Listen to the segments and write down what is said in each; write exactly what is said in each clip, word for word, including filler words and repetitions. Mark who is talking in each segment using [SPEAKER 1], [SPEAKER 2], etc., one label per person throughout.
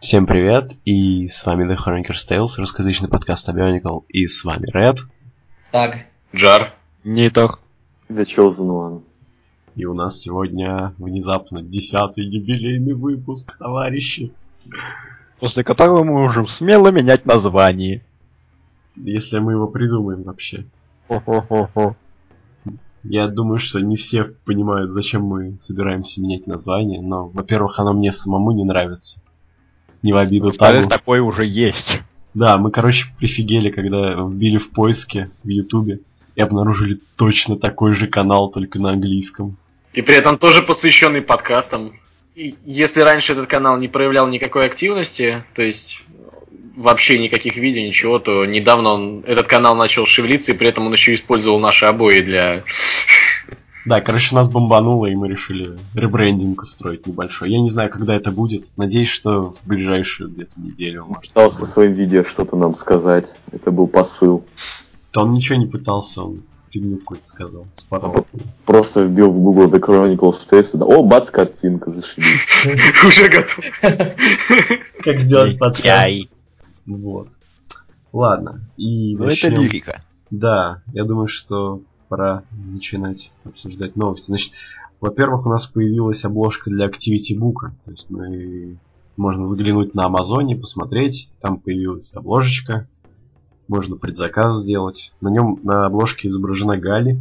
[SPEAKER 1] Всем привет, и с вами The Chronicles Tales, русскоязычный подкаст Bionicle, и с вами Ред.
[SPEAKER 2] Так.
[SPEAKER 3] Джар.
[SPEAKER 4] Нитах.
[SPEAKER 5] The Chosen One.
[SPEAKER 1] И у нас сегодня внезапно десятый юбилейный выпуск, товарищи.
[SPEAKER 4] После которого мы можем смело менять название.
[SPEAKER 1] Если мы его придумаем вообще.
[SPEAKER 4] Хо-хо-хо-хо.
[SPEAKER 1] Я думаю, что не все понимают, зачем мы собираемся менять название, но, во-первых, оно мне самому не нравится. Не в обиду Тагу.
[SPEAKER 4] Такое уже есть.
[SPEAKER 1] Да, мы, короче, прифигели, когда вбили в поиске в Ютубе и обнаружили точно такой же канал, только на английском.
[SPEAKER 3] И при этом тоже посвященный подкастам. И если раньше этот канал не проявлял никакой активности, то есть вообще никаких видео, ничего, то недавно он, этот канал начал шевелиться, и при этом он еще использовал наши обои для...
[SPEAKER 1] Да, короче, нас бомбануло, и мы решили ребрендинг устроить небольшой. Я не знаю, когда это будет. Надеюсь, что в ближайшую где-то неделю.
[SPEAKER 5] Он пытался своим видео что-то нам сказать. Это был посыл.
[SPEAKER 1] То он ничего не пытался, он фигню какую-то сказал. Спорол.
[SPEAKER 5] Просто вбил в Google The Chronicles Tales. Да, о, бац, картинка, зашибись.
[SPEAKER 3] Уже готов.
[SPEAKER 1] Как сделать подкаст. Вот. Ладно. И
[SPEAKER 4] Ну это лирика.
[SPEAKER 1] Да, я думаю, что пора начинать обсуждать новости. Значит, во-первых, у нас появилась обложка для Activity Book. То есть мы... можно заглянуть на Амазоне, посмотреть. Там появилась обложечка. Можно предзаказ сделать. На нем на обложке изображена Галли.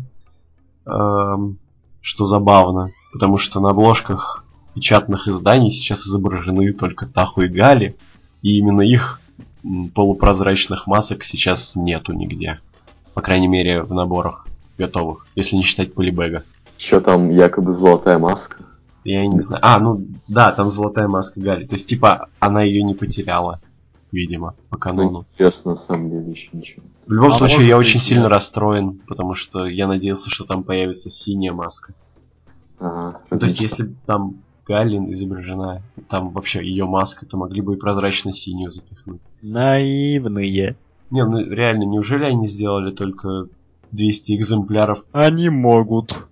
[SPEAKER 1] Эм, что забавно, потому что на обложках печатных изданий сейчас изображены только Таху и Галли. И именно их полупрозрачных масок сейчас нету нигде. По крайней мере, в наборах готовых, если не считать полибэга.
[SPEAKER 5] Что там, якобы золотая маска?
[SPEAKER 1] Я не знаю. А, ну да, там золотая маска Галли. То есть, типа, она ее не потеряла, видимо, по канону.
[SPEAKER 5] Ну, неизвестно, на самом деле, еще ничего.
[SPEAKER 1] В любом
[SPEAKER 4] а
[SPEAKER 1] случае, я очень
[SPEAKER 4] быть,
[SPEAKER 1] сильно
[SPEAKER 4] да.
[SPEAKER 1] расстроен, потому что я надеялся, что там появится синяя маска.
[SPEAKER 5] Ага,
[SPEAKER 1] Ну, то есть,
[SPEAKER 5] различно.
[SPEAKER 1] если там Галлин изображена, там вообще ее маска, то могли бы и прозрачно-синюю запихнуть.
[SPEAKER 4] Наивные.
[SPEAKER 1] Не, ну реально, неужели они сделали только двести экземпляров?
[SPEAKER 4] Они могут.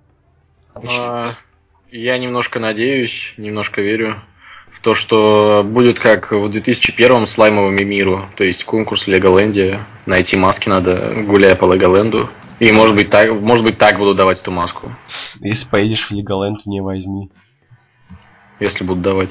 [SPEAKER 3] А, Я немножко надеюсь, немножко верю в то, что будет как в две тысячи первом с Слаймовыми миру. То есть конкурс в Леголенде. Найти маски надо, гуляя по Леголенду. И может быть так, может быть так буду давать эту маску,
[SPEAKER 1] Если поедешь в Леголенд, не возьми.
[SPEAKER 3] если буду давать.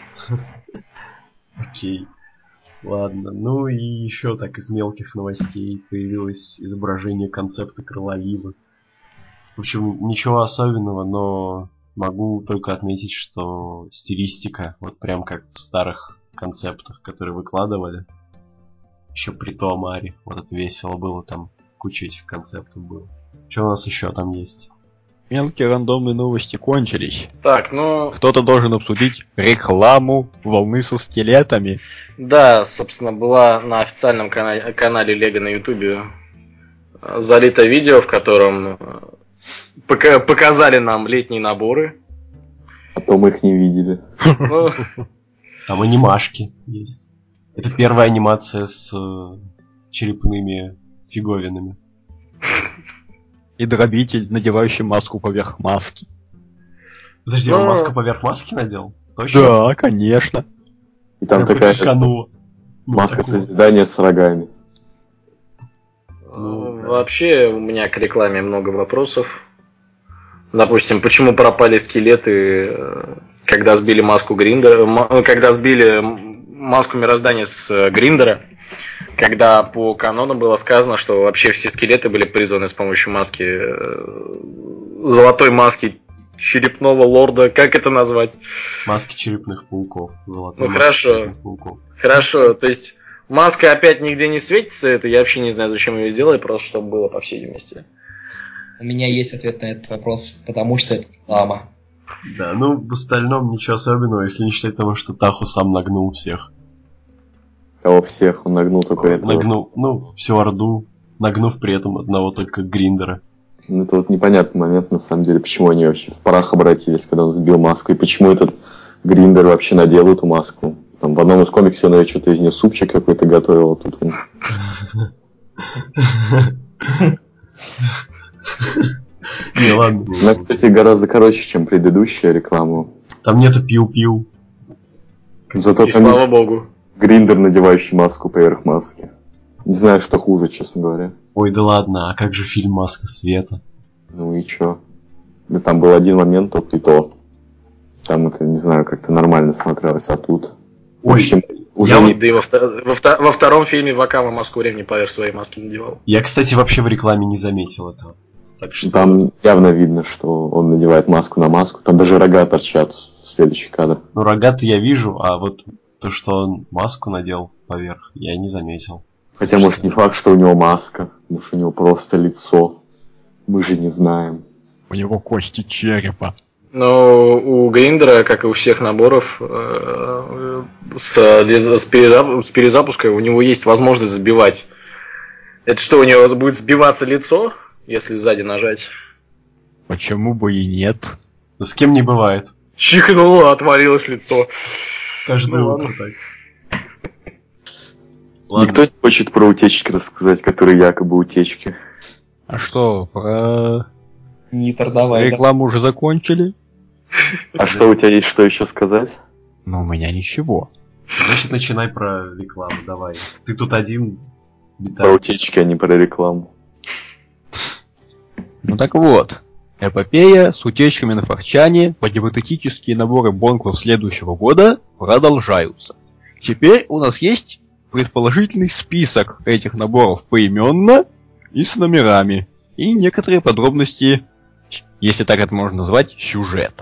[SPEAKER 1] Окей. Ладно, ну и еще так из мелких новостей появилось изображение концепта Крылоливы. В общем, ничего особенного, но могу только отметить, что стилистика, вот прям как в старых концептах, которые выкладывали, еще при Туамаре, вот это весело было, там куча этих концептов было. Что у нас еще там есть?
[SPEAKER 4] Мелкие рандомные новости кончились.
[SPEAKER 3] Так, ну
[SPEAKER 4] Кто-то должен обсудить рекламу волны со скелетами.
[SPEAKER 3] да, собственно, была на официальном канале, канале Лего на Ютубе залито видео, в котором э, пока- показали нам летние наборы.
[SPEAKER 5] А то мы их не видели.
[SPEAKER 3] Ну,
[SPEAKER 1] Там анимашки есть. Это первая анимация с э, черепными фиговинами.
[SPEAKER 4] И дробитель, надевающий маску поверх маски.
[SPEAKER 1] Подожди,
[SPEAKER 3] Но-
[SPEAKER 1] он маску поверх маски надел? Точно?
[SPEAKER 4] Да, конечно.
[SPEAKER 5] И там
[SPEAKER 1] Прям
[SPEAKER 5] такая
[SPEAKER 1] подчеркануло. Ну,
[SPEAKER 5] маска
[SPEAKER 1] такого.
[SPEAKER 5] созидания с рогами.
[SPEAKER 1] Ну, да.
[SPEAKER 3] вообще у меня к рекламе много вопросов. Допустим, почему пропали скелеты, э, когда сбили маску Гриндера, м- когда сбили м- маску мироздания с э, Гриндера, когда по канону было сказано, что вообще все скелеты были призваны с помощью маски, э, золотой маски черепного лорда, как это назвать?
[SPEAKER 1] Маски черепных пауков. Золотой
[SPEAKER 3] Ну,
[SPEAKER 1] маски
[SPEAKER 3] хорошо.
[SPEAKER 1] черепных пауков.
[SPEAKER 3] Хорошо, то есть маска опять нигде не светится, это я вообще не знаю, зачем ее сделали, просто чтобы было по всей видимости.
[SPEAKER 2] У меня есть ответ на этот вопрос, потому что это реклама.
[SPEAKER 1] Да, ну в остальном ничего особенного, если не считать того, что Таху сам нагнул всех.
[SPEAKER 5] Кого всех он нагнул только этого.
[SPEAKER 1] Нагнул, ну, всю Орду, нагнув при этом одного только Гриндера.
[SPEAKER 5] Ну, это вот непонятный момент, на самом деле, почему они вообще в парах обратились, когда он сбил маску, и почему этот Гриндер вообще надел эту маску. Там в одном из комиксов он, наверное, что-то из нее супчик какой-то готовил, а тут он...
[SPEAKER 1] Не, ладно.
[SPEAKER 5] Она, Ну,
[SPEAKER 1] Ну,
[SPEAKER 5] кстати, гораздо короче, чем предыдущая реклама.
[SPEAKER 1] там нету пиу-пиу.
[SPEAKER 5] Там нету пиу-пиу. Она, кстати, гораздо короче, чем предыдущая реклама. Там, кстати, гораздо короче, чем предыдущая реклама. Там Зато
[SPEAKER 3] И
[SPEAKER 5] там
[SPEAKER 3] слава
[SPEAKER 5] есть
[SPEAKER 3] богу.
[SPEAKER 5] Гриндер, надевающий маску поверх маски. Не знаю, что хуже, честно говоря.
[SPEAKER 1] Ой, да ладно, а как же фильм «Маска света»?
[SPEAKER 5] Ну и чё? Да там был один момент только и то. Там это, не знаю, как-то нормально смотрелось, а тут... В
[SPEAKER 1] Ой,
[SPEAKER 5] общем, уже
[SPEAKER 1] я
[SPEAKER 5] не...
[SPEAKER 3] Да и во, вто- во, вто- во втором фильме Вакама маску времени поверх своей маски надевал.
[SPEAKER 1] Я, кстати, вообще в рекламе не заметил этого. Так что...
[SPEAKER 5] Там явно видно, что он надевает маску на маску. Там даже рога торчат в следующий кадр.
[SPEAKER 1] Ну, рога-то я вижу, а вот то, что он маску надел поверх, я не заметил.
[SPEAKER 5] Хотя,
[SPEAKER 1] Что?
[SPEAKER 5] может, не факт, что у него маска. Может, у него просто лицо. Мы же не знаем.
[SPEAKER 4] У него кости черепа.
[SPEAKER 3] Но у Гриндера, как и у всех наборов, э, с, с, перезап- с перезапуска у него есть возможность сбивать. Это что, у него будет сбиваться лицо, если сзади нажать?
[SPEAKER 4] Почему бы и нет?
[SPEAKER 1] Да с кем не бывает.
[SPEAKER 3] Чихнуло, отвалилось лицо.
[SPEAKER 1] Каждое
[SPEAKER 3] Ну,
[SPEAKER 1] утро
[SPEAKER 3] ладно.
[SPEAKER 1] так. Ладно.
[SPEAKER 5] Никто не хочет про утечки рассказать, которые якобы утечки.
[SPEAKER 4] А что, про
[SPEAKER 2] Нитр, давай. да.
[SPEAKER 4] рекламу уже закончили?
[SPEAKER 5] А что у тебя есть что еще сказать?
[SPEAKER 4] Но у меня ничего.
[SPEAKER 1] Значит, начинай про рекламу, давай. Ты тут один...
[SPEAKER 5] Про
[SPEAKER 1] Виталий.
[SPEAKER 5] утечки, а не про рекламу.
[SPEAKER 4] Ну так вот, эпопея с утечками на форчане под гипотетические наборы бонклов следующего года продолжаются. Теперь у нас есть предположительный список этих наборов поименно и с номерами, и некоторые подробности, если так это можно назвать, сюжета.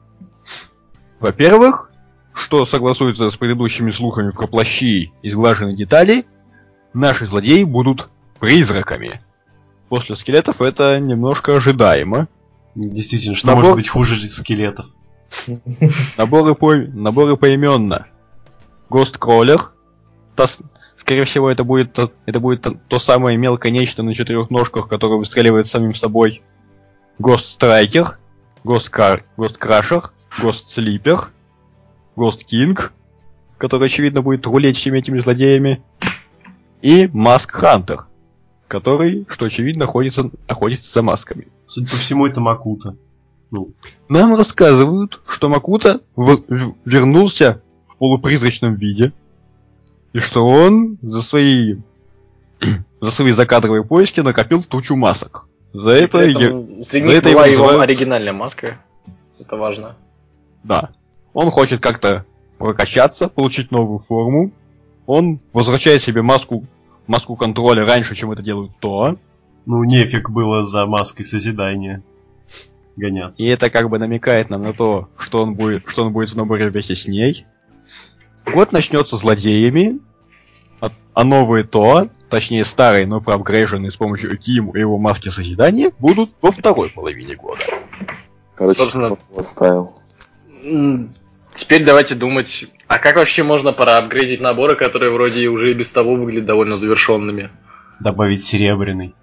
[SPEAKER 4] Во-первых, что согласуется с предыдущими слухами про плащи и сглаженные детали, наши злодеи будут призраками. После скелетов это немножко ожидаемо.
[SPEAKER 1] Действительно, что
[SPEAKER 4] Набор-
[SPEAKER 1] может быть хуже скелетов?
[SPEAKER 4] Наборы, по... Наборы поименно. Ghost Crawler. Та с- Скорее всего, это будет, то... это будет то... то самое мелкое нечто на четырех ножках, которое выстреливает самим собой. Ghost Striker. Ghost, Car... Ghost Crusher. Ghost Sleeper. Ghost King, который, очевидно, будет рулеть всеми этими злодеями. И Mask Hunter, который, что очевидно, охотится, охотится за масками.
[SPEAKER 1] Судя по всему, это Макута. Ну,
[SPEAKER 4] Нам рассказывают, что Макута в- в- вернулся в полупризрачном виде, и что он за свои за свои закадровые поиски накопил тучу масок. За
[SPEAKER 3] И
[SPEAKER 4] это,
[SPEAKER 3] при
[SPEAKER 4] я-
[SPEAKER 3] этом среди
[SPEAKER 4] за
[SPEAKER 3] них
[SPEAKER 4] это
[SPEAKER 3] была
[SPEAKER 4] его
[SPEAKER 3] его
[SPEAKER 4] называют-
[SPEAKER 3] оригинальная маска. Это важно.
[SPEAKER 4] да, он хочет как-то прокачаться, получить новую форму. Он возвращает себе маску маску контроля раньше, чем это делают то.
[SPEAKER 1] ну нефиг было за маской созидания гоняться.
[SPEAKER 4] И это как бы намекает нам на то, что он будет, что он будет в наборе вместе с ней. Год начнется злодеями, а, а новые то, точнее старые, но проапгрейженные с помощью Киму и его маски созидания, будут во второй половине года.
[SPEAKER 5] Короче,
[SPEAKER 3] Собственно-
[SPEAKER 5] что он оставил.
[SPEAKER 3] М, Теперь давайте думать, а как вообще можно проапгрейдить наборы, которые вроде уже и без того выглядят довольно завершенными?
[SPEAKER 1] Добавить серебряный.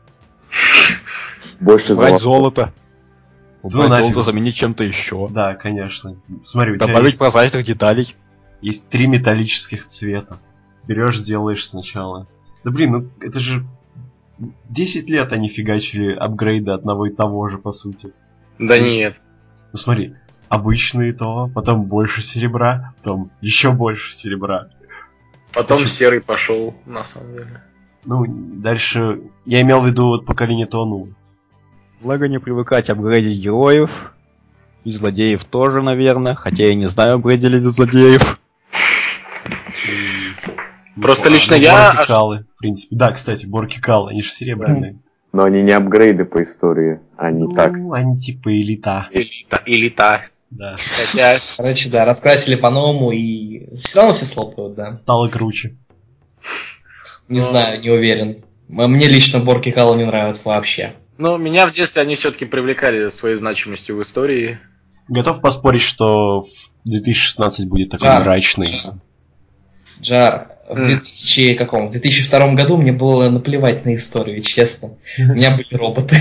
[SPEAKER 5] Больше
[SPEAKER 4] Убрать
[SPEAKER 5] золота.
[SPEAKER 4] золото. Убрать
[SPEAKER 1] нафиг.
[SPEAKER 4] золото, заменить чем-то еще.
[SPEAKER 1] Да, конечно. Смотри, у тебя
[SPEAKER 4] Добавить
[SPEAKER 1] есть,
[SPEAKER 4] прозрачных деталей.
[SPEAKER 1] есть три металлических цвета. Берешь, делаешь сначала. Да блин, ну это же десять лет они фигачили апгрейды одного и того же, по сути.
[SPEAKER 3] Да
[SPEAKER 1] Есть.
[SPEAKER 3] нет.
[SPEAKER 1] Ну смотри, обычные то, потом больше серебра, потом еще больше серебра.
[SPEAKER 3] Потом
[SPEAKER 1] Почему?
[SPEAKER 3] серый пошел, на самом деле.
[SPEAKER 1] Ну, дальше я имел в виду вот поколение Тону.
[SPEAKER 4] Благо не привыкать апгрейдить героев. И злодеев тоже, наверное. Хотя я не знаю, апгрейдили ли злодеев.
[SPEAKER 3] Просто
[SPEAKER 1] Ну,
[SPEAKER 3] лично
[SPEAKER 1] ну,
[SPEAKER 3] я
[SPEAKER 1] Борки Калы, в принципе. Да, кстати, Борки Калы, они же серебряные.
[SPEAKER 5] Но они не апгрейды по истории, они
[SPEAKER 1] Ну,
[SPEAKER 5] так.
[SPEAKER 1] они типа элита.
[SPEAKER 3] Элита, элита.
[SPEAKER 1] Да.
[SPEAKER 3] Хотя,
[SPEAKER 2] Короче, да, раскрасили по-новому, и все равно все слопают, да.
[SPEAKER 1] Стало круче.
[SPEAKER 2] Не
[SPEAKER 3] Ну.
[SPEAKER 2] знаю, не уверен. М- Мне лично Борки Калла не нравятся вообще.
[SPEAKER 3] ну, меня в детстве они все-таки привлекали своей значимостью в истории.
[SPEAKER 1] Готов поспорить, что две тысячи шестнадцать будет такой
[SPEAKER 2] Да.
[SPEAKER 1] мрачный.
[SPEAKER 2] Джар, в
[SPEAKER 3] М.
[SPEAKER 2] две тысячи каком? В две тысячи втором году мне было наплевать на историю, честно. У меня были роботы.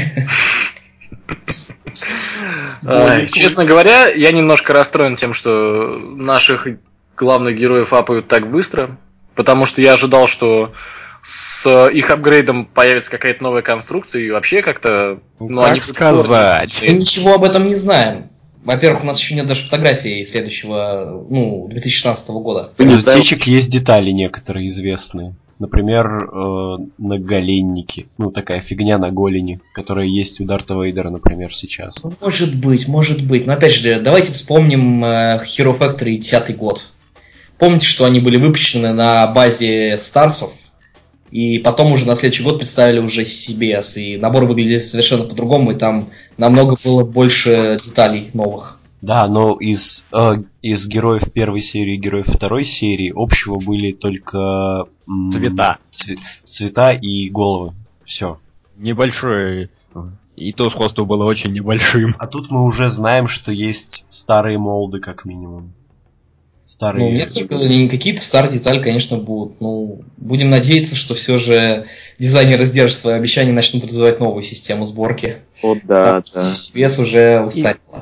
[SPEAKER 3] А, честно говоря, я немножко расстроен тем, что наших главных героев апают так быстро, потому что я ожидал, что с их апгрейдом появится какая-то новая конструкция и вообще как-то...
[SPEAKER 4] Ну,
[SPEAKER 3] Ну,
[SPEAKER 4] как
[SPEAKER 3] они будут
[SPEAKER 4] сказать?
[SPEAKER 2] Мы ничего об этом не знаем. Во-первых, у нас еще нет даже фотографии следующего, ну, две тысячи шестнадцатого года.
[SPEAKER 1] У птичек есть детали некоторые известные. Например, э, наголенники. Ну, такая фигня на голени, которая есть у Дарта Вейдера, например, сейчас.
[SPEAKER 2] Ну, может быть, может быть. Но опять же, давайте вспомним э, Hero Factory десятый год. Помните, что они были выпущены на базе Старсов, и потом уже на следующий год представили уже си би эс, и набор выглядел совершенно по-другому, и там намного было больше деталей новых.
[SPEAKER 1] Да, но из, э, из героев первой серии и героев второй серии общего были только м-
[SPEAKER 4] Цвета.
[SPEAKER 1] цве- цвета и головы. Все.
[SPEAKER 4] Небольшое. И то сходство было очень небольшим.
[SPEAKER 1] А тут мы уже знаем, что есть старые молды, как минимум. Старые.
[SPEAKER 2] Ну, несколько, не какие-то старые детали, конечно, будут. Ну, будем надеяться, что все же дизайнеры сдержат свои обещания и начнут развивать новую систему сборки.
[SPEAKER 5] Вот да, да.
[SPEAKER 2] си би эс уже устарела.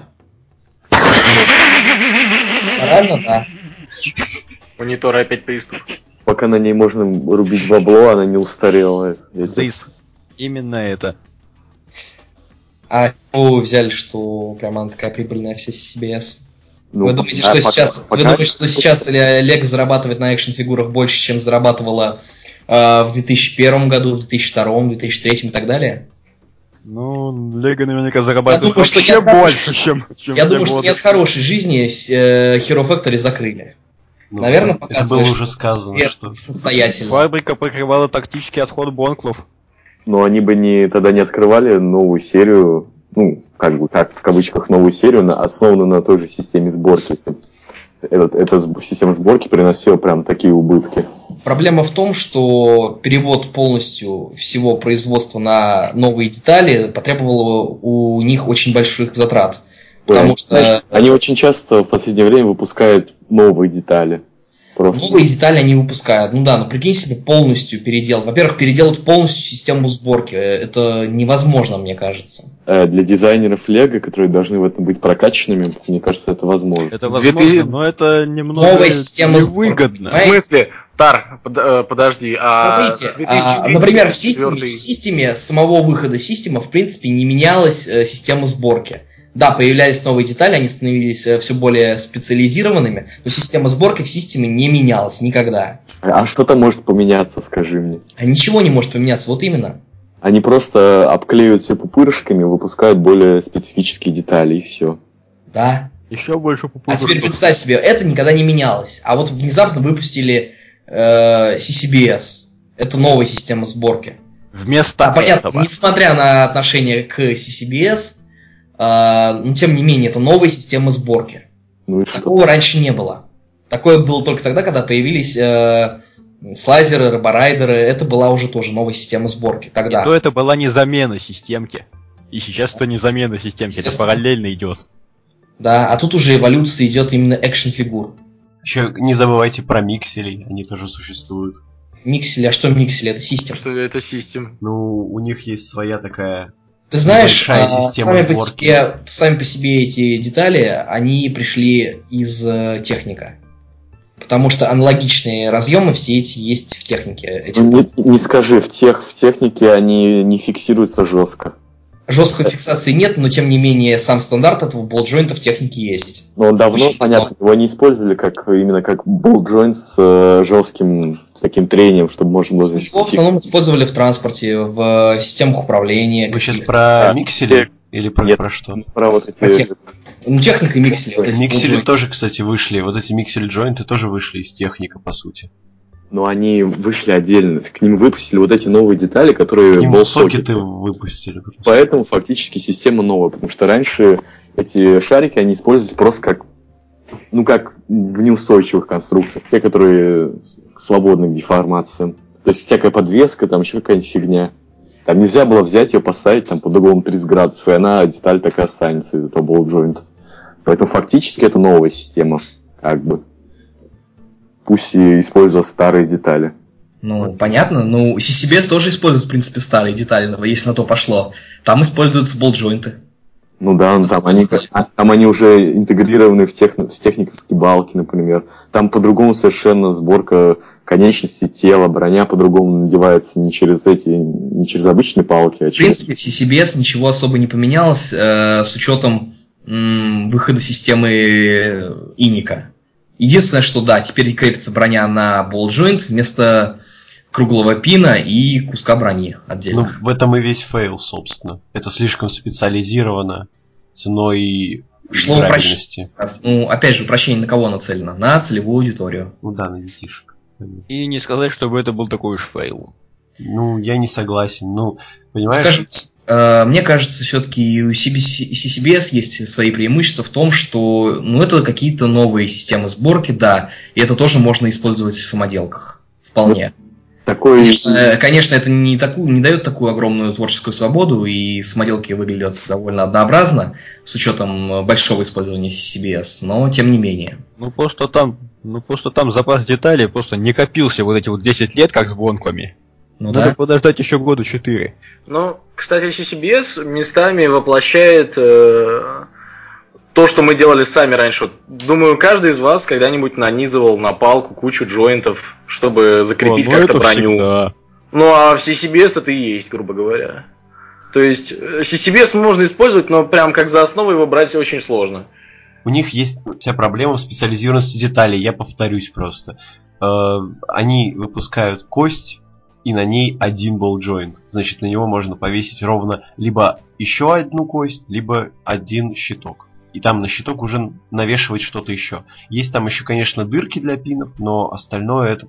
[SPEAKER 2] Морально, да.
[SPEAKER 3] Монитор опять приступ.
[SPEAKER 5] Пока на ней можно рубить бабло, она не устарела. Я тебе
[SPEAKER 4] This. Именно это.
[SPEAKER 2] А вы взяли, что прям она такая прибыльная вся си би эс?
[SPEAKER 5] Ну,
[SPEAKER 2] вы думаете,
[SPEAKER 5] пока-
[SPEAKER 2] что
[SPEAKER 5] пока-
[SPEAKER 2] сейчас,
[SPEAKER 5] пока-
[SPEAKER 2] вы думаете, что сейчас Лего зарабатывает на экшн-фигурах больше, чем зарабатывала э, в две тысячи первом году, в две тысячи втором, в две тысячи третьем и так далее?
[SPEAKER 4] Ну, Лего наверняка зарабатывает
[SPEAKER 2] думаю, что
[SPEAKER 4] вообще
[SPEAKER 2] нет
[SPEAKER 4] больше,
[SPEAKER 2] хорошей-
[SPEAKER 4] чем, чем
[SPEAKER 2] Я
[SPEAKER 4] те
[SPEAKER 2] думаю, что
[SPEAKER 4] годы.
[SPEAKER 2] нет хорошей жизни, э, Hero Factory закрыли.
[SPEAKER 1] Ну,
[SPEAKER 2] Наверное,
[SPEAKER 1] это
[SPEAKER 2] показывает,
[SPEAKER 1] было уже
[SPEAKER 2] что
[SPEAKER 1] сказано,
[SPEAKER 2] си би эс
[SPEAKER 1] что
[SPEAKER 2] состоятельно.
[SPEAKER 4] Фабрика покрывала тактический отход бонклов.
[SPEAKER 5] Но они бы не, тогда не открывали новую серию, ну, как бы, как в кавычках новую серию, на, основанную на той же системе сборки. Если этот, эта сб- система сборки приносила прям такие убытки.
[SPEAKER 2] Проблема в том, что перевод полностью всего производства на новые детали потребовал у них очень больших затрат. Потому
[SPEAKER 5] Ой,
[SPEAKER 2] что
[SPEAKER 5] знаешь, они очень часто в последнее время выпускают новые детали. Просто.
[SPEAKER 2] новые детали они выпускают. Ну да, но прикинь себе полностью переделать. Во-первых, переделать полностью систему сборки. Это невозможно, мне кажется.
[SPEAKER 5] Э, Для дизайнеров Лего, которые должны в этом быть прокачанными, мне кажется, это возможно.
[SPEAKER 4] Это
[SPEAKER 3] Две
[SPEAKER 4] возможно,
[SPEAKER 3] тысячи
[SPEAKER 4] но это немного
[SPEAKER 2] Новая система сборки,
[SPEAKER 4] невыгодно.
[SPEAKER 3] В смысле? Тар, под- э, подожди, а
[SPEAKER 2] Смотрите,
[SPEAKER 3] две тысячи
[SPEAKER 2] а,
[SPEAKER 3] третий,
[SPEAKER 2] например, в
[SPEAKER 3] две тысячи
[SPEAKER 2] системе,
[SPEAKER 3] четвёртый
[SPEAKER 2] в системе самого выхода системы, в принципе, не менялась э, система сборки. Да, появлялись новые детали, они становились э, все более специализированными, но система сборки в системе не менялась никогда.
[SPEAKER 5] А а что-то может поменяться, скажи мне.
[SPEAKER 2] А ничего не может поменяться, вот именно.
[SPEAKER 5] Они просто обклеивают все пупырышками, выпускают более специфические детали, и все.
[SPEAKER 2] Да.
[SPEAKER 4] Еще больше
[SPEAKER 2] А
[SPEAKER 4] пупырышков.
[SPEAKER 2] теперь представь себе, это никогда не менялось. А вот внезапно выпустили э, си би эс. Это новая система сборки.
[SPEAKER 4] Вместо
[SPEAKER 2] А, понятно,
[SPEAKER 4] этого.
[SPEAKER 2] несмотря на отношение к си би эс, э, но тем не менее, это новая система сборки.
[SPEAKER 5] Ну и что?
[SPEAKER 2] Такого раньше не было. Такое было только тогда, когда появились э, слайзеры, роборайдеры. Это была уже тоже новая система сборки.
[SPEAKER 4] И
[SPEAKER 2] Тогда.
[SPEAKER 4] то это была не замена системки. И сейчас это не замена системки, это
[SPEAKER 2] Естественно.
[SPEAKER 4] параллельно идет.
[SPEAKER 2] Да, а тут уже эволюция идет именно экшн-фигур.
[SPEAKER 1] еще не забывайте про микселей, они тоже существуют.
[SPEAKER 2] Миксели, а что миксели? Это система.
[SPEAKER 3] Что это систем?
[SPEAKER 1] Ну, у них есть своя такая.
[SPEAKER 2] Ты знаешь,
[SPEAKER 1] Небольшая
[SPEAKER 2] а,
[SPEAKER 1] система
[SPEAKER 2] сами, по
[SPEAKER 1] сборки.
[SPEAKER 2] себе, сами по себе эти детали, они пришли из э, техника. Потому что аналогичные разъемы все эти есть в технике. Эти
[SPEAKER 5] Ну, не, не скажи, в, тех, в технике они не фиксируются жестко.
[SPEAKER 2] жесткой фиксации нет, но тем не менее сам стандарт этого болт-джойнта в технике есть.
[SPEAKER 5] Но он давно,
[SPEAKER 2] Очень
[SPEAKER 5] понятно, его не использовали как именно как болт-джойнт с э, жестким таким трением, чтобы можно было
[SPEAKER 2] Его в основном использовали в транспорте, в системах управления.
[SPEAKER 1] Вы сейчас
[SPEAKER 2] каких-то.
[SPEAKER 1] про
[SPEAKER 5] А,
[SPEAKER 1] миксели или про,
[SPEAKER 5] нет.
[SPEAKER 1] про что?
[SPEAKER 5] про вот эти...
[SPEAKER 2] Про тех- Ну, техника и миксели. вот эти
[SPEAKER 1] Миксели
[SPEAKER 2] болт-джойнты.
[SPEAKER 1] тоже, кстати, вышли. Вот эти миксели-джойнты тоже вышли из техника, по сути.
[SPEAKER 5] Но они вышли отдельно, к ним выпустили вот эти новые детали,
[SPEAKER 1] К
[SPEAKER 5] которые
[SPEAKER 1] ним
[SPEAKER 5] болт-сокеты.
[SPEAKER 1] сокеты выпустили. просто.
[SPEAKER 5] Поэтому фактически система новая, потому что раньше эти шарики, они использовались просто как, ну, как в неустойчивых конструкциях, те, которые свободны к деформациям. То есть всякая подвеска, там еще какая-нибудь фигня. Там нельзя было взять ее, поставить там под углом тридцать градусов, и она, деталь такая останется из этого болт-джойнта. Поэтому фактически это новая система, как бы. Пусть и используя старые детали.
[SPEAKER 2] Ну, понятно. Ну, си би эс тоже использует, в принципе, старые детали, если на то пошло. Там используются болт-джойнты.
[SPEAKER 5] Ну да, ну, там, они, там они уже интегрированы в, техни- в техниковские балки, например. Там по-другому совершенно сборка конечностей тела, броня по-другому надевается не через эти, не через обычные палки, а
[SPEAKER 2] В
[SPEAKER 5] через...
[SPEAKER 2] принципе, в си би эс ничего особо не поменялось, э, с учетом м- выхода системы Иника. Единственное, что да, теперь крепится броня на ball joint вместо круглого пина и куска брони отдельно.
[SPEAKER 1] Ну, в этом и весь фейл, собственно. Это слишком специализировано ценой
[SPEAKER 2] Шло
[SPEAKER 1] играбельности.
[SPEAKER 2] упрощение. Ну, опять же, упрощение на кого нацелено? На целевую аудиторию.
[SPEAKER 1] Ну да, на детишек.
[SPEAKER 4] И не сказать, чтобы это был такой уж фейл.
[SPEAKER 1] Ну, я не согласен. Ну, понимаешь...
[SPEAKER 2] Скажем, э, мне кажется, все-таки у си си би эс есть свои преимущества в том, что ну, это какие-то новые системы сборки, да, и это тоже можно использовать в самоделках. Вполне.
[SPEAKER 5] Такой...
[SPEAKER 2] Конечно, конечно, это не, такую, не дает такую огромную творческую свободу, и самоделки выглядят довольно однообразно, с учетом большого использования си си би эс, но тем не менее.
[SPEAKER 4] Ну просто там, ну просто там запас деталей просто не копился вот эти вот десять лет, как с бонками.
[SPEAKER 2] Ну,
[SPEAKER 4] Надо
[SPEAKER 2] да.
[SPEAKER 4] подождать еще года четыре.
[SPEAKER 3] Ну, кстати, си си би эс местами воплощает э, то, что мы делали сами раньше. Вот, думаю, каждый из вас когда-нибудь нанизывал на палку кучу джойнтов, чтобы закрепить
[SPEAKER 4] О, ну
[SPEAKER 3] как-то
[SPEAKER 4] это
[SPEAKER 3] броню.
[SPEAKER 4] всегда.
[SPEAKER 3] Ну, а в си си би эс это и есть, грубо говоря. То есть, си си би эс можно использовать, но прям как за основу его брать очень сложно.
[SPEAKER 1] У них есть вся проблема в специализированности деталей, я повторюсь просто. Э, они выпускают кость, и на ней один ball joint. Значит, на него можно повесить ровно либо еще одну кость, либо один щиток. И там на щиток уже навешивать что-то еще. Есть там еще, конечно, дырки для пинов, но остальное это...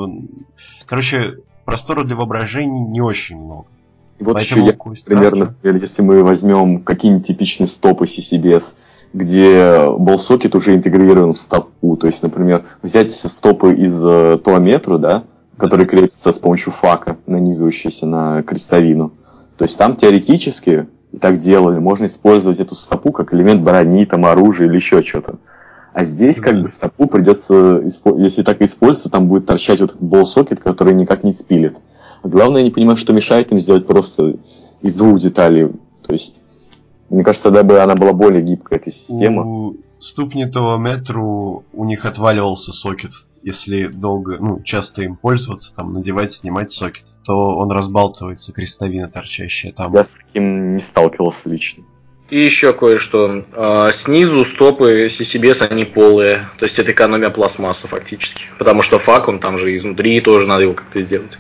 [SPEAKER 1] Короче, простора для воображения не очень много.
[SPEAKER 5] И вот
[SPEAKER 1] Поэтому
[SPEAKER 5] еще я,
[SPEAKER 1] кость,
[SPEAKER 5] примерно,
[SPEAKER 1] да,
[SPEAKER 5] например, если мы возьмем какие-нибудь типичные стопы си си би эс, где ball-socket уже интегрирован в стопу. То есть, например, взять стопы из э, туаметру, да, который крепится с помощью фака, нанизывающийся на крестовину. То есть там теоретически, так делали, можно использовать эту стопу как элемент брони, там, оружия или еще что-то. А здесь как бы стопу придется, если так использовать, то там будет торчать вот этот ball-socket, который никак не спилит. А главное, я не понимаю, что мешает им сделать просто из двух деталей. То есть, мне кажется, тогда бы она была более гибкая, эта система.
[SPEAKER 1] У ступнитого метру у них отваливался сокет. Если долго, ну, часто им пользоваться, там, надевать, снимать сокет, то он разбалтывается, крестовина торчащая там.
[SPEAKER 5] Я с таким не сталкивался лично.
[SPEAKER 3] И еще кое-что. А, снизу стопы си си би эс, они полые. То есть это экономия пластмассы фактически. Потому что фак, он там же изнутри, тоже надо его как-то сделать.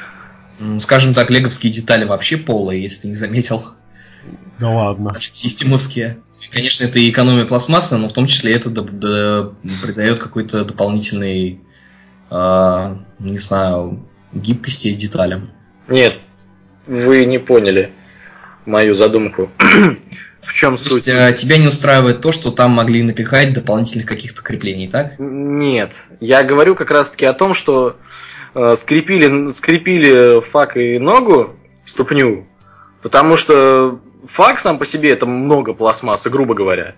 [SPEAKER 2] Скажем так, леговские детали вообще полые, если ты не заметил.
[SPEAKER 1] Да ладно.
[SPEAKER 2] Значит, системовские. Конечно, это и экономия пластмассы, но в том числе это д- д- придает какой-то дополнительный, э, не знаю, гибкости деталям.
[SPEAKER 3] Нет, вы не поняли мою задумку. В чем
[SPEAKER 2] То
[SPEAKER 3] суть?
[SPEAKER 2] есть, э, тебя не устраивает то, что там могли напихать дополнительных каких-то креплений, так?
[SPEAKER 3] Нет, я говорю как раз-таки о том, что э, скрепили, скрепили фак и ногу, ступню, потому что фак сам по себе это много пластмассы, грубо говоря.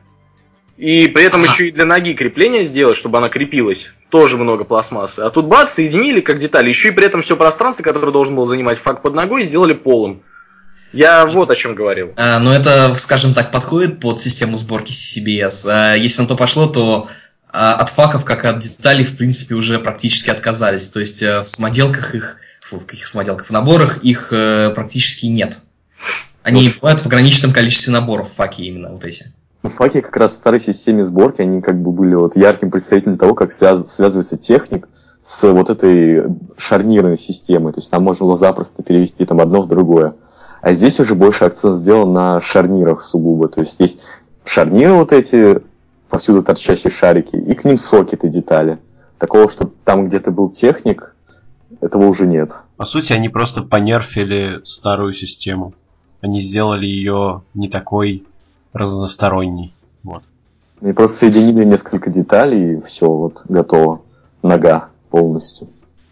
[SPEAKER 3] И при этом еще и для ноги крепление сделать, чтобы она крепилась, тоже много пластмассы. А тут бац, соединили как детали, еще и при этом все пространство, которое должен был занимать фак под ногой, сделали полым. Я вот о чем говорил.
[SPEAKER 2] А, но это, скажем так, подходит под систему сборки си си би эс. А, если на то пошло, то а, от факов, как от деталей, в принципе, уже практически отказались. То есть а, в самоделках их, фу, в каких самоделках, в наборах их а, практически нет. Они
[SPEAKER 5] Ну,
[SPEAKER 2] бывают в ограниченном количестве наборов, факи именно вот эти.
[SPEAKER 5] Ну, факи как раз в старой системе сборки, они как бы были вот ярким представителем того, как связ- связывается техник с вот этой шарнирной системой. То есть там можно было запросто перевести там одно в другое. А здесь уже больше акцент сделан на шарнирах сугубо. То есть есть шарниры вот эти, повсюду торчащие шарики, и к ним сокеты, детали. Такого, что там где-то был техник, этого уже нет.
[SPEAKER 1] По сути, они просто понерфили старую систему. Они сделали ее не такой разносторонней. Вот.
[SPEAKER 5] Они просто соединили несколько деталей, и все, вот, готово. Нога полностью.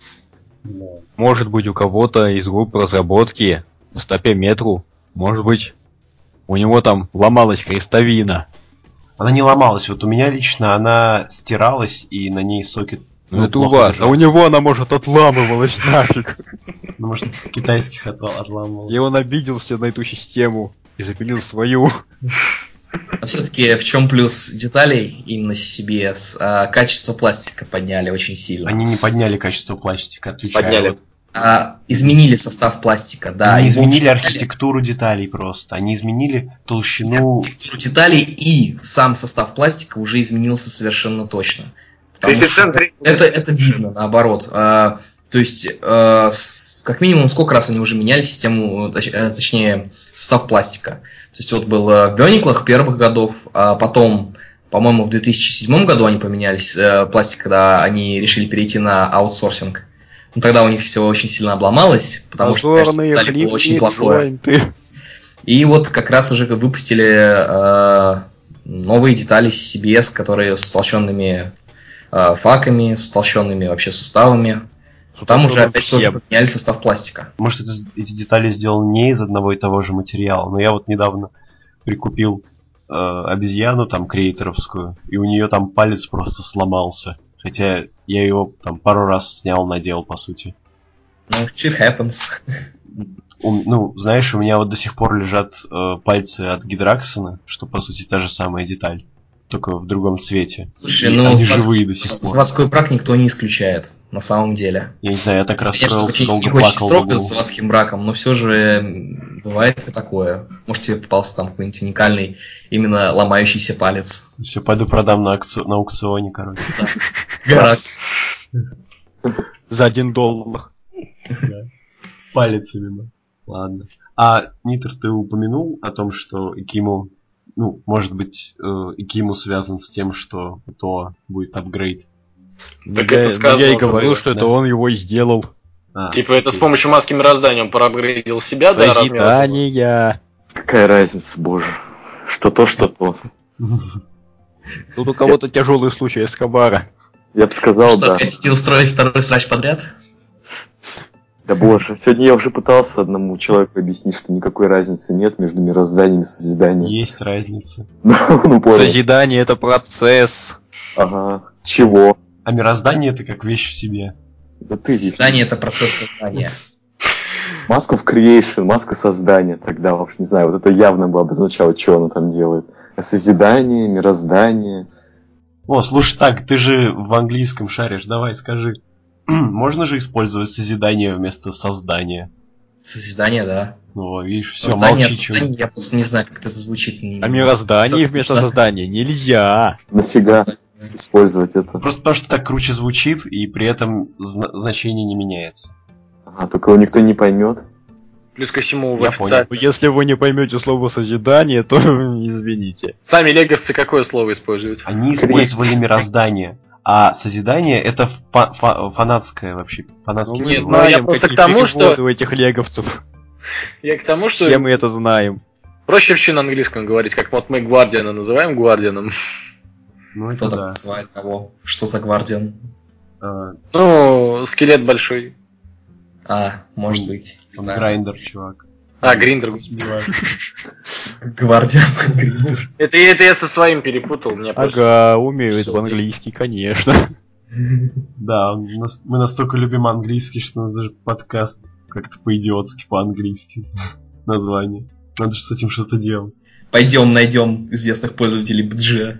[SPEAKER 4] Может быть, у кого-то из групп разработки в стопе метру, может быть, у него там ломалась крестовина.
[SPEAKER 1] Она не ломалась. Вот у меня лично она стиралась, и на ней сокет...
[SPEAKER 4] Ну, это у
[SPEAKER 1] плохо
[SPEAKER 4] вас,
[SPEAKER 1] держался.
[SPEAKER 4] а у него она, может, отламывалась нафиг.
[SPEAKER 1] Ну, может, китайских отла- отламывалась.
[SPEAKER 4] И он обиделся на эту систему и запилил свою.
[SPEAKER 2] Но все-таки в чем плюс деталей именно си си би эс? А, качество пластика подняли очень сильно.
[SPEAKER 1] Они не подняли качество пластика, отличая
[SPEAKER 3] Подняли.
[SPEAKER 1] от
[SPEAKER 2] А, изменили состав пластика, да.
[SPEAKER 1] Они
[SPEAKER 2] его
[SPEAKER 1] изменили
[SPEAKER 2] учитали.
[SPEAKER 1] архитектуру деталей просто. Они изменили толщину.
[SPEAKER 2] Архитектуру деталей, и сам состав пластика уже изменился совершенно точно. Потому
[SPEAKER 3] Коэффициент
[SPEAKER 2] что это, это видно, наоборот. А, то есть, а, с, как минимум, сколько раз они уже меняли систему, точ, точнее, состав пластика. То есть, вот был в Биониклах первых годов, а потом, по-моему, в две тысячи седьмом году они поменялись, э, пластик, когда они решили перейти на аутсорсинг. Ну, тогда у них все очень сильно обломалось, потому что, конечно, детали было очень плохое.
[SPEAKER 4] Джойнты.
[SPEAKER 2] И вот как раз уже выпустили э, новые детали си би эс, которые с толщенными э, факами, с толщенными вообще суставами. Там уже опять
[SPEAKER 4] всем.
[SPEAKER 2] тоже поменяли состав пластика.
[SPEAKER 1] Может, это, эти детали сделаны не из одного и того же материала, но я вот недавно прикупил э, обезьяну там креаторовскую, и у нее там палец просто сломался. Хотя я его там пару раз снял, надел, по сути.
[SPEAKER 2] Ну, shit happens.
[SPEAKER 1] У- ну, знаешь, у меня вот до сих пор лежат э, пальцы от Гидраксона, что по сути та же самая деталь, только в другом цвете.
[SPEAKER 2] Слушай,
[SPEAKER 1] И
[SPEAKER 2] ну,
[SPEAKER 1] они
[SPEAKER 2] заводской,
[SPEAKER 1] живые до сих пор.
[SPEAKER 2] заводской брак никто не исключает, на самом деле.
[SPEAKER 1] Я не знаю, я так
[SPEAKER 2] Конечно,
[SPEAKER 1] расстроился,
[SPEAKER 2] очень,
[SPEAKER 1] долго
[SPEAKER 2] их очень
[SPEAKER 1] плакал.
[SPEAKER 2] строго
[SPEAKER 1] думал.
[SPEAKER 2] с заводским браком, но все же м, бывает и такое. Может, тебе попался там какой-нибудь уникальный, именно ломающийся палец.
[SPEAKER 1] Все, пойду продам на, акци- на аукционе, короче.
[SPEAKER 2] Гора.
[SPEAKER 4] За один доллар.
[SPEAKER 1] Да. Палец именно. Ладно. А, Нитр, ты упомянул о том, что Икиму, ну, может быть, э, Икиму связан с тем, что то будет апгрейд.
[SPEAKER 3] Так
[SPEAKER 4] я,
[SPEAKER 3] это сказано
[SPEAKER 4] я и
[SPEAKER 3] уже
[SPEAKER 4] говорил,
[SPEAKER 3] было,
[SPEAKER 4] что
[SPEAKER 1] да.
[SPEAKER 4] это он его и сделал.
[SPEAKER 1] А,
[SPEAKER 3] Типа это с
[SPEAKER 1] окей.
[SPEAKER 3] помощью маски мироздания он проапгрейдил себя до размера.
[SPEAKER 4] Созидание.
[SPEAKER 5] Какая разница, боже. Что то, что то.
[SPEAKER 4] Тут у кого-то тяжелый случай Эскобара.
[SPEAKER 5] Я бы сказал,
[SPEAKER 2] Что,
[SPEAKER 5] да.
[SPEAKER 2] хотите устроить второй срач подряд?
[SPEAKER 5] Да боже, сегодня я уже пытался одному человеку объяснить, что никакой разницы нет между мирозданием и созиданием.
[SPEAKER 1] Есть разница.
[SPEAKER 5] Ну, понял.
[SPEAKER 4] Созидание это процесс.
[SPEAKER 5] Ага. Чего?
[SPEAKER 1] А мироздание это как вещь в себе.
[SPEAKER 5] Да ты видишь.
[SPEAKER 2] Создание — это процесс создания.
[SPEAKER 5] Маску в creation, маска создания. Тогда уж не знаю, вот это явно бы обозначало, что она там делает. А созидание, мироздание.
[SPEAKER 1] О, слушай, так, ты же в английском шаришь, давай скажи. Можно же использовать созидание вместо создания?
[SPEAKER 2] Созидание, да.
[SPEAKER 1] Ну, видишь, все,
[SPEAKER 2] Создание,
[SPEAKER 1] молчи, чё.
[SPEAKER 2] создание, я просто не знаю, как это звучит.
[SPEAKER 4] А мироздание вместо
[SPEAKER 2] Созвучно.
[SPEAKER 4] создания нельзя.
[SPEAKER 5] Нафига использовать это?
[SPEAKER 1] Просто потому, что так круче звучит, и при этом зна- значение не меняется.
[SPEAKER 5] Ага, только его никто не поймет.
[SPEAKER 3] Плюс ко всему в
[SPEAKER 1] Я
[SPEAKER 3] официале.
[SPEAKER 4] Ну, если вы не поймете слово созидание, то извините.
[SPEAKER 3] Сами леговцы какое слово используют?
[SPEAKER 1] Они использовали мироздание, а созидание это фа- фа- фанатское вообще.
[SPEAKER 4] Ну,
[SPEAKER 1] Фанатский
[SPEAKER 4] мы
[SPEAKER 3] Нет,
[SPEAKER 1] перевод.
[SPEAKER 3] ну, я
[SPEAKER 4] знаем,
[SPEAKER 3] просто
[SPEAKER 4] какие
[SPEAKER 3] к тому, что-
[SPEAKER 4] переводы у этих леговцев.
[SPEAKER 3] Я к тому, что
[SPEAKER 4] Все мы это знаем.
[SPEAKER 3] проще вообще на английском говорить, как вот мы Гвардиана называем Гвардианом.
[SPEAKER 1] Ну,
[SPEAKER 2] Кто
[SPEAKER 1] это
[SPEAKER 2] так
[SPEAKER 1] да.
[SPEAKER 2] называет кого? Что за гвардиан?
[SPEAKER 1] А,
[SPEAKER 3] Ну, скелет большой.
[SPEAKER 2] А, может
[SPEAKER 1] Он-
[SPEAKER 2] быть. Не
[SPEAKER 1] он
[SPEAKER 2] знаю.
[SPEAKER 1] грайндер, чувак.
[SPEAKER 3] А, Гриндер, господи.
[SPEAKER 1] Неважно.
[SPEAKER 2] Гвардиан. Гриндер.
[SPEAKER 3] Это, это я со своим перепутал, мне просто...
[SPEAKER 4] Ага, умеют
[SPEAKER 3] Что
[SPEAKER 4] в
[SPEAKER 3] ты?
[SPEAKER 4] английский, конечно.
[SPEAKER 1] Да, он нас- мы настолько любим английский, что у нас даже подкаст как-то по-идиотски по-английски название. Надо же с этим что-то делать.
[SPEAKER 2] Пойдем найдем известных пользователей би джи.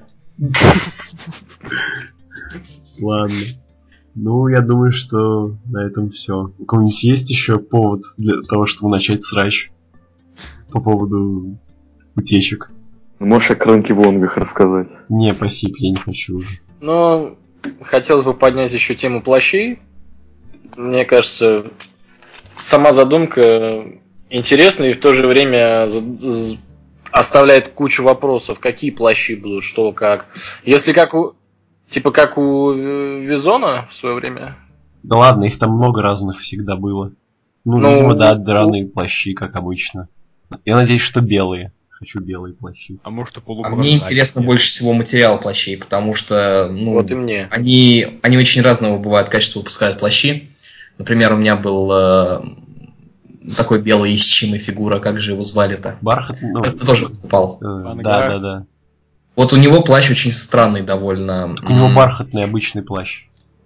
[SPEAKER 1] Ладно. Ну, я думаю, что на этом все. У кого-нибудь есть еще повод для того, чтобы начать срач по поводу утечек?
[SPEAKER 5] Ну, можешь о Кранке Вонгах рассказать?
[SPEAKER 1] Не, спасибо, я не хочу уже.
[SPEAKER 3] Но хотелось бы поднять еще тему плащей. Мне кажется, сама задумка интересная и в то же время з- з- оставляет кучу вопросов. Какие плащи будут, что, как. Если как у... Типа как у э, Визона в свое время.
[SPEAKER 1] Да ладно, их там много разных всегда было. Ну,
[SPEAKER 3] Ну,
[SPEAKER 1] видимо, да,
[SPEAKER 3] ну-
[SPEAKER 1] драные плащи, как обычно. Я надеюсь, что белые. Хочу белые плащи.
[SPEAKER 4] А может и
[SPEAKER 2] А
[SPEAKER 4] полупрозрачные.
[SPEAKER 2] мне интересно больше всего материал плащей, потому что, ну,
[SPEAKER 3] Вот и мне.
[SPEAKER 2] они, они очень разного бывают качества выпускают плащи. Например, у меня был э, такой белый исчимый фигура, как же его звали-то?
[SPEAKER 1] Бархат, ну,
[SPEAKER 2] Это тоже покупал.
[SPEAKER 1] э,
[SPEAKER 4] Ангар.
[SPEAKER 1] да, да, да.
[SPEAKER 2] Вот у него плащ очень странный довольно.
[SPEAKER 1] У него
[SPEAKER 2] М,
[SPEAKER 1] бархатный обычный плащ.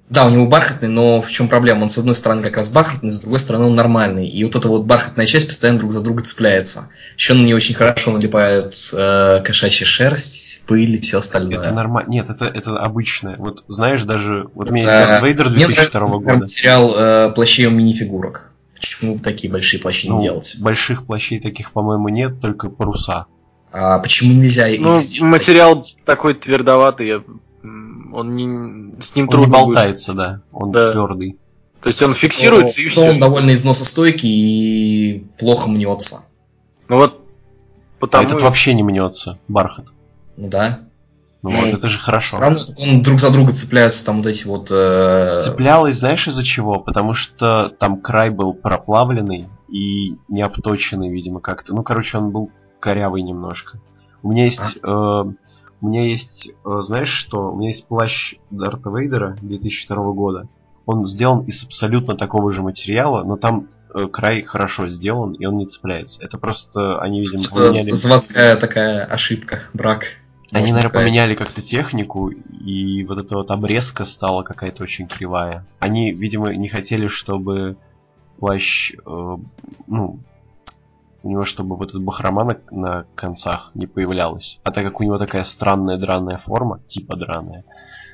[SPEAKER 2] Да, у него бархатный, но в чем проблема? Он с одной стороны как раз бархатный, с другой стороны он нормальный. И вот эта вот бархатная часть постоянно друг за друга цепляется. Еще на нее очень хорошо налипают э, кошачья шерсть, пыль и все остальное.
[SPEAKER 1] Это нормально. Нет, это, это обычное. Вот знаешь, даже... Вот у меня есть
[SPEAKER 2] Это-
[SPEAKER 1] Дарт Вейдер
[SPEAKER 2] Мне
[SPEAKER 1] две тысячи второго
[SPEAKER 2] нравится, например,
[SPEAKER 1] года.
[SPEAKER 2] материал э, плащей у минифигурок. Почему бы такие большие плащи
[SPEAKER 1] Ну,
[SPEAKER 2] не делать?
[SPEAKER 1] больших плащей таких, по-моему, нет, только паруса.
[SPEAKER 2] А почему нельзя их
[SPEAKER 3] Ну,
[SPEAKER 2] сделать?
[SPEAKER 3] материал такой твердоватый, я- м, он не, с ним
[SPEAKER 1] Он не
[SPEAKER 3] трудно будет.
[SPEAKER 1] болтается, да. Он
[SPEAKER 3] Да.
[SPEAKER 1] твердый.
[SPEAKER 3] То есть он фиксируется и
[SPEAKER 2] Что он
[SPEAKER 3] все.
[SPEAKER 2] довольно износостойкий и плохо мнется.
[SPEAKER 3] Ну вот
[SPEAKER 1] А
[SPEAKER 3] потому
[SPEAKER 1] этот
[SPEAKER 3] и-
[SPEAKER 1] вообще не мнется, бархат.
[SPEAKER 2] Ну да.
[SPEAKER 1] Ну,
[SPEAKER 2] Ну,
[SPEAKER 1] вот, это же хорошо.
[SPEAKER 2] Все равно он друг за друга цепляются там вот эти вот... э,
[SPEAKER 1] Цеплялась, знаешь, из-за чего? Потому что там край был проплавленный и не обточенный, видимо, как-то. Ну, короче, он был корявый немножко. У меня есть... э, у меня есть... э, знаешь что? У меня есть плащ Дарта Вейдера две тысячи второго года. Он сделан из абсолютно такого же материала, но там э, край хорошо сделан, и он не цепляется. Это просто они, видимо,
[SPEAKER 2] это
[SPEAKER 1] поменяли...
[SPEAKER 2] заводская такая ошибка, брак.
[SPEAKER 1] Они,
[SPEAKER 2] можно
[SPEAKER 1] наверное,
[SPEAKER 2] сказать.
[SPEAKER 1] поменяли как-то технику, и вот эта вот обрезка стала какая-то очень кривая. Они, видимо, не хотели, чтобы плащ, э, ну, у него, чтобы вот эта бахрома на, на концах не появлялась. А так как у него такая странная драная форма, типа драная,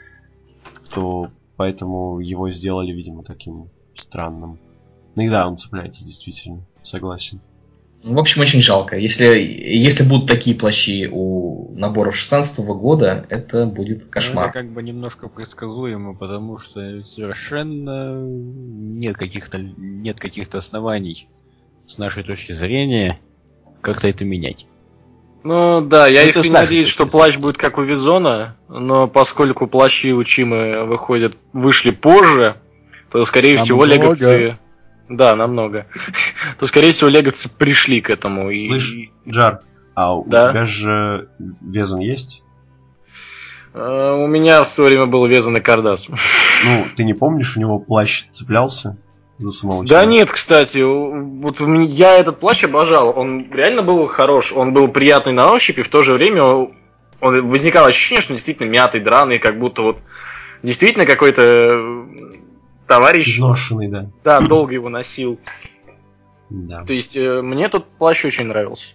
[SPEAKER 1] то поэтому его сделали, видимо, таким странным. Ну и да, он цепляется, действительно, согласен.
[SPEAKER 2] Ну, в общем, очень жалко. Если, если будут такие плащи у наборов шестнадцатого года, это будет
[SPEAKER 4] Ну,
[SPEAKER 2] кошмар.
[SPEAKER 4] это как бы немножко предсказуемо, потому что совершенно нет каких-то нет каких-то оснований с нашей точки зрения как-то это менять.
[SPEAKER 3] Ну да, я
[SPEAKER 4] Ну, это
[SPEAKER 3] искренне
[SPEAKER 4] с нашей
[SPEAKER 3] надеюсь,
[SPEAKER 4] точки
[SPEAKER 3] что
[SPEAKER 4] зрения.
[SPEAKER 3] плащ будет как у Визона, но поскольку плащи у Чимы выходят, вышли позже, то, скорее всего,
[SPEAKER 4] Намного.
[SPEAKER 3] леговцы... Да, намного. То, скорее всего, леговцы пришли к этому. и-
[SPEAKER 1] Слышь, Джар, а у
[SPEAKER 3] Да.
[SPEAKER 1] тебя же Везон есть?
[SPEAKER 3] Э, У меня в свое время был вязаный кардас.
[SPEAKER 1] Ну, ты не помнишь, у него плащ цеплялся за самого
[SPEAKER 3] Да
[SPEAKER 1] себя?
[SPEAKER 3] нет, кстати, вот у меня- я этот плащ обожал. Он реально был хорош, он был приятный на ощупь, и в то же время он, возникало ощущение, что он действительно мятый, драный, как будто вот действительно какой-то товарищ,
[SPEAKER 1] Изношенный, да.
[SPEAKER 3] да, долго его носил.
[SPEAKER 1] Да.
[SPEAKER 3] То есть э, мне этот плащ очень нравился.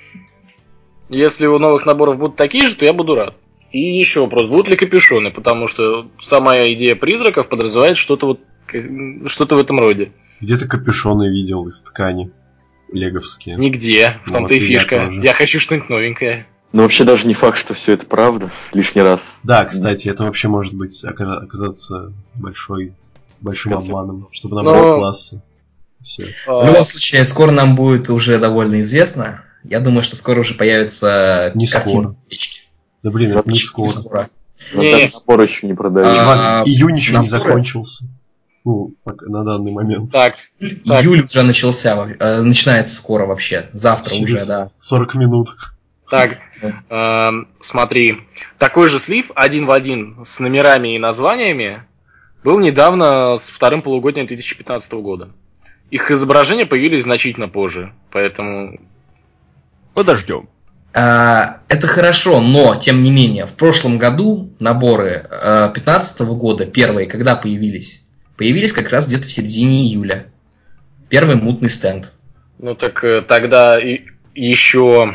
[SPEAKER 3] Если у новых наборов будут такие же, то я буду рад. И еще вопрос, будут ли капюшоны, потому что сама идея призраков подразумевает что-то вот к- что-то в этом роде.
[SPEAKER 1] Где ты капюшоны видел из ткани леговские?
[SPEAKER 3] Нигде, в
[SPEAKER 1] Ну
[SPEAKER 3] том-то
[SPEAKER 1] вот
[SPEAKER 3] и
[SPEAKER 1] и я
[SPEAKER 3] фишка.
[SPEAKER 1] тоже.
[SPEAKER 3] Я хочу что-нибудь новенькое.
[SPEAKER 5] Но вообще даже не факт, что все это правда. Лишний раз.
[SPEAKER 1] Да, кстати, это вообще может быть ока- оказаться большой, большим
[SPEAKER 5] В конце
[SPEAKER 1] обманом, чтобы
[SPEAKER 3] Но-
[SPEAKER 1] набрать классы. Все.
[SPEAKER 2] В любом случае, скоро нам будет уже довольно известно. Я думаю, что скоро уже появится
[SPEAKER 1] Не
[SPEAKER 2] картина
[SPEAKER 1] скоро.
[SPEAKER 2] в печке.
[SPEAKER 1] Да блин, это не
[SPEAKER 2] Почему
[SPEAKER 1] скоро.
[SPEAKER 2] скоро?
[SPEAKER 5] Но
[SPEAKER 3] Не.
[SPEAKER 5] даже набор еще не продают.
[SPEAKER 2] А,
[SPEAKER 1] Чувак, июнь еще не
[SPEAKER 2] наборы?
[SPEAKER 1] закончился. Ну, пока- на данный момент.
[SPEAKER 3] Так, так.
[SPEAKER 2] Июль уже начался, во- э, начинается скоро вообще. Завтра
[SPEAKER 1] Через
[SPEAKER 2] уже, да.
[SPEAKER 1] сорок минут.
[SPEAKER 3] так, эм, смотри. Такой же слив один в один с номерами и названиями был недавно с вторым полугодием две тысячи пятнадцатого года. Их изображения появились значительно позже, поэтому...
[SPEAKER 4] Подождем.
[SPEAKER 2] А, это хорошо, но, тем не менее, в прошлом году наборы э, пятнадцатого года, первые, когда появились? Появились как раз где-то в середине июля. Первый мутный стенд.
[SPEAKER 3] Ну так э, тогда и, еще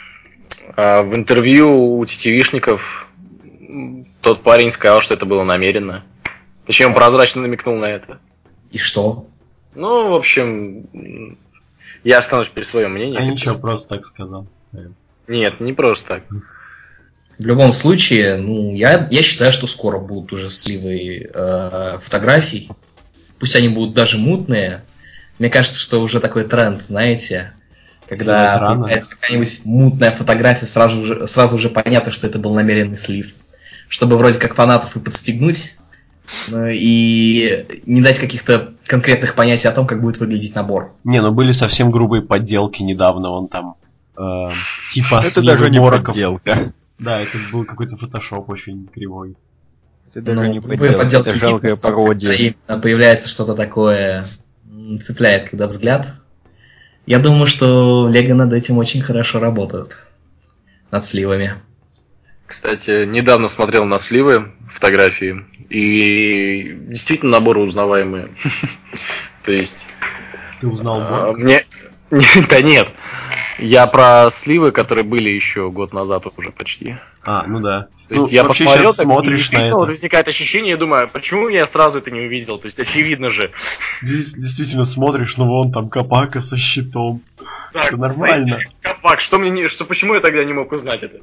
[SPEAKER 3] э, в интервью у тетивишников м, тот парень сказал, что это было намеренно. Точнее, он прозрачно намекнул на это.
[SPEAKER 2] И что?
[SPEAKER 3] Ну, в общем, м, я останусь при своем мнении.
[SPEAKER 1] А
[SPEAKER 3] как
[SPEAKER 1] ничего,
[SPEAKER 3] бы.
[SPEAKER 1] просто так сказал.
[SPEAKER 3] Нет, не просто так.
[SPEAKER 2] В любом случае, ну, я, я считаю, что скоро будут уже сливы э, фотографий. Пусть они будут даже мутные. Мне кажется, что уже такой тренд, знаете, когда
[SPEAKER 1] Сливать рано.
[SPEAKER 2] появляется какая-нибудь мутная фотография, сразу же, сразу же понятно, что это был намеренный слив. Чтобы вроде как фанатов и подстегнуть, ну, и не дать каких-то конкретных понятий о том, как будет выглядеть набор.
[SPEAKER 1] Не, ну были совсем грубые подделки недавно, он там э, типа
[SPEAKER 4] Это
[SPEAKER 1] сливы
[SPEAKER 4] даже не
[SPEAKER 1] мороков.
[SPEAKER 4] подделка.
[SPEAKER 1] Да, это был какой-то фотошоп очень кривой.
[SPEAKER 4] Это даже
[SPEAKER 2] Ну,
[SPEAKER 4] не
[SPEAKER 2] любые
[SPEAKER 4] подделка, это
[SPEAKER 2] видно,
[SPEAKER 4] жалкая
[SPEAKER 2] когда
[SPEAKER 4] пародия.
[SPEAKER 2] именно появляется что-то такое, м, цепляет, когда взгляд. Я думаю, что Лего над этим очень хорошо работают. Над сливами.
[SPEAKER 3] Кстати, недавно смотрел на сливы фотографии, и действительно наборы узнаваемые. То есть...
[SPEAKER 1] Ты узнал
[SPEAKER 3] а,
[SPEAKER 1] Бонг?
[SPEAKER 3] Мне... Да нет. Я про сливы, которые были еще год назад уже почти.
[SPEAKER 1] А, ну да.
[SPEAKER 3] То есть
[SPEAKER 1] Ну,
[SPEAKER 3] я
[SPEAKER 1] вообще
[SPEAKER 3] посмотрел,
[SPEAKER 1] сейчас
[SPEAKER 3] так, и
[SPEAKER 1] смотришь на
[SPEAKER 3] действительно
[SPEAKER 1] это.
[SPEAKER 3] вот возникает ощущение, я думаю, почему я сразу это не увидел? То есть очевидно же.
[SPEAKER 1] Дес- Действительно смотришь, ну вон там Капака со щитом.
[SPEAKER 3] Так,
[SPEAKER 1] Все нормально.
[SPEAKER 3] стоит Капак, что мне не, что почему я тогда не мог узнать это?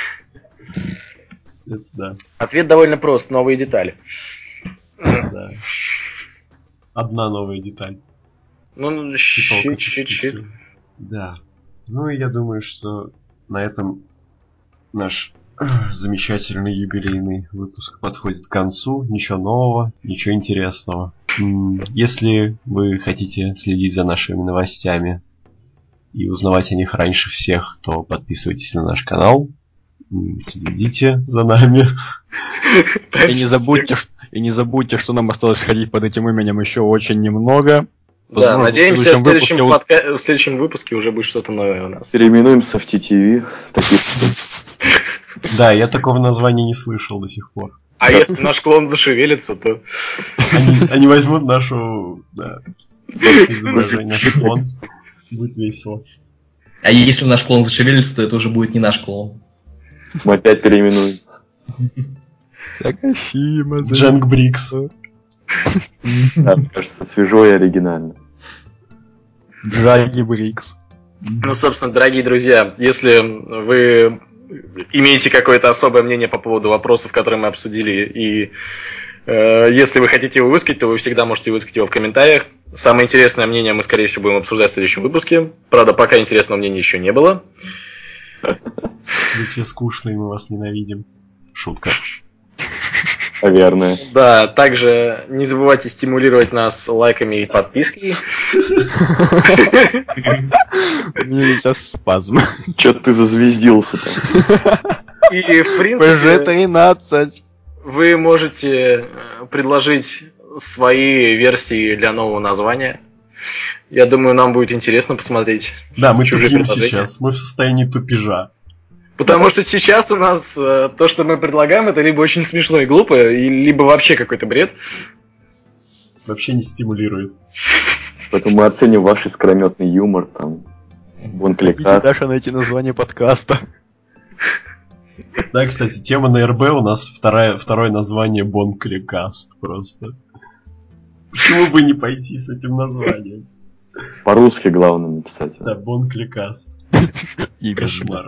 [SPEAKER 1] Это да,
[SPEAKER 3] Ответ довольно прост, новые детали.
[SPEAKER 1] да. Одна новая деталь.
[SPEAKER 3] Ну,
[SPEAKER 1] Щиток,
[SPEAKER 3] щит,
[SPEAKER 1] это
[SPEAKER 3] щит, щит.
[SPEAKER 1] всё. Да. Ну и я думаю, что на этом наш э, замечательный юбилейный выпуск подходит к концу. Ничего нового, ничего интересного. М, Если вы хотите следить за нашими новостями и узнавать о них раньше всех, то подписывайтесь на наш канал, м, следите за нами.
[SPEAKER 4] И не забудьте, ш- и не забудьте, что нам осталось ходить под этим именем еще очень немного.
[SPEAKER 3] Да,
[SPEAKER 4] Возможно,
[SPEAKER 3] надеемся, в следующем,
[SPEAKER 4] выпуске-
[SPEAKER 3] подка... в следующем выпуске уже будет что-то новое у нас.
[SPEAKER 5] Переименуемся в ти ти ви. Такие...
[SPEAKER 1] Да, я такого названия не слышал до сих пор.
[SPEAKER 3] А если наш клон зашевелится, то...
[SPEAKER 1] Они, они возьмут нашу, да, изображение, наш клон. Будет весело.
[SPEAKER 2] А если наш клон зашевелится, то это уже будет не наш клон.
[SPEAKER 5] Мы опять переименуемся.
[SPEAKER 4] Сакашима,
[SPEAKER 1] Джанг Брикс.
[SPEAKER 5] Да, мне кажется, свежо и оригинально.
[SPEAKER 4] Джаги Брикс.
[SPEAKER 3] Ну, собственно, дорогие друзья, если вы имеете какое-то особое мнение по поводу вопросов, которые мы обсудили, и э, если вы хотите его высказать, то вы всегда можете высказать его в комментариях. Самое интересное мнение мы, скорее всего, будем обсуждать в следующем выпуске. Правда, пока интересного мнения еще не было.
[SPEAKER 1] Вы все скучные, мы вас ненавидим. Шутка.
[SPEAKER 5] Наверное.
[SPEAKER 3] Да, также не забывайте стимулировать нас лайками и подпиской.
[SPEAKER 4] Мне сейчас спазм.
[SPEAKER 5] Чё ты зазвездился там?
[SPEAKER 3] И, в
[SPEAKER 4] пэ жэ
[SPEAKER 3] принципе,
[SPEAKER 4] тринадцать.
[SPEAKER 3] вы можете э, предложить свои версии для нового названия. Я думаю, нам будет интересно посмотреть.
[SPEAKER 1] Да, мы
[SPEAKER 3] Чужие
[SPEAKER 1] тупим
[SPEAKER 3] предложения.
[SPEAKER 1] сейчас. Мы в состоянии тупежа.
[SPEAKER 3] Потому что сейчас у нас э, то, что мы предлагаем, это либо очень смешно и глупо, и либо вообще какой-то бред.
[SPEAKER 1] Вообще не стимулирует.
[SPEAKER 5] Поэтому мы оценим ваш искрометный юмор, там,
[SPEAKER 4] Хотите,
[SPEAKER 5] бонкликас.
[SPEAKER 4] Даша, найти название подкаста?
[SPEAKER 1] Да, кстати, тема на эр бэ у нас вторая, второе название Бонкликаст просто. Почему бы не пойти с этим названием?
[SPEAKER 5] По-русски главное написать.
[SPEAKER 1] Да, Бонкликаст.
[SPEAKER 4] Именно.
[SPEAKER 1] Кошмар.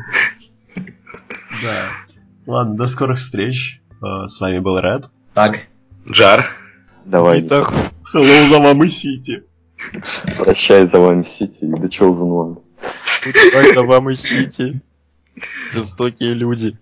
[SPEAKER 1] Да. Ладно, до скорых встреч. Э, С вами был Ред.
[SPEAKER 2] Так.
[SPEAKER 3] Джар.
[SPEAKER 5] Давай,
[SPEAKER 4] Питер.
[SPEAKER 1] Hello, за вами Сити.
[SPEAKER 5] прощай за вами Сити и The Chosen One.
[SPEAKER 4] Goodbye, за вам и Сити. Жестокие люди.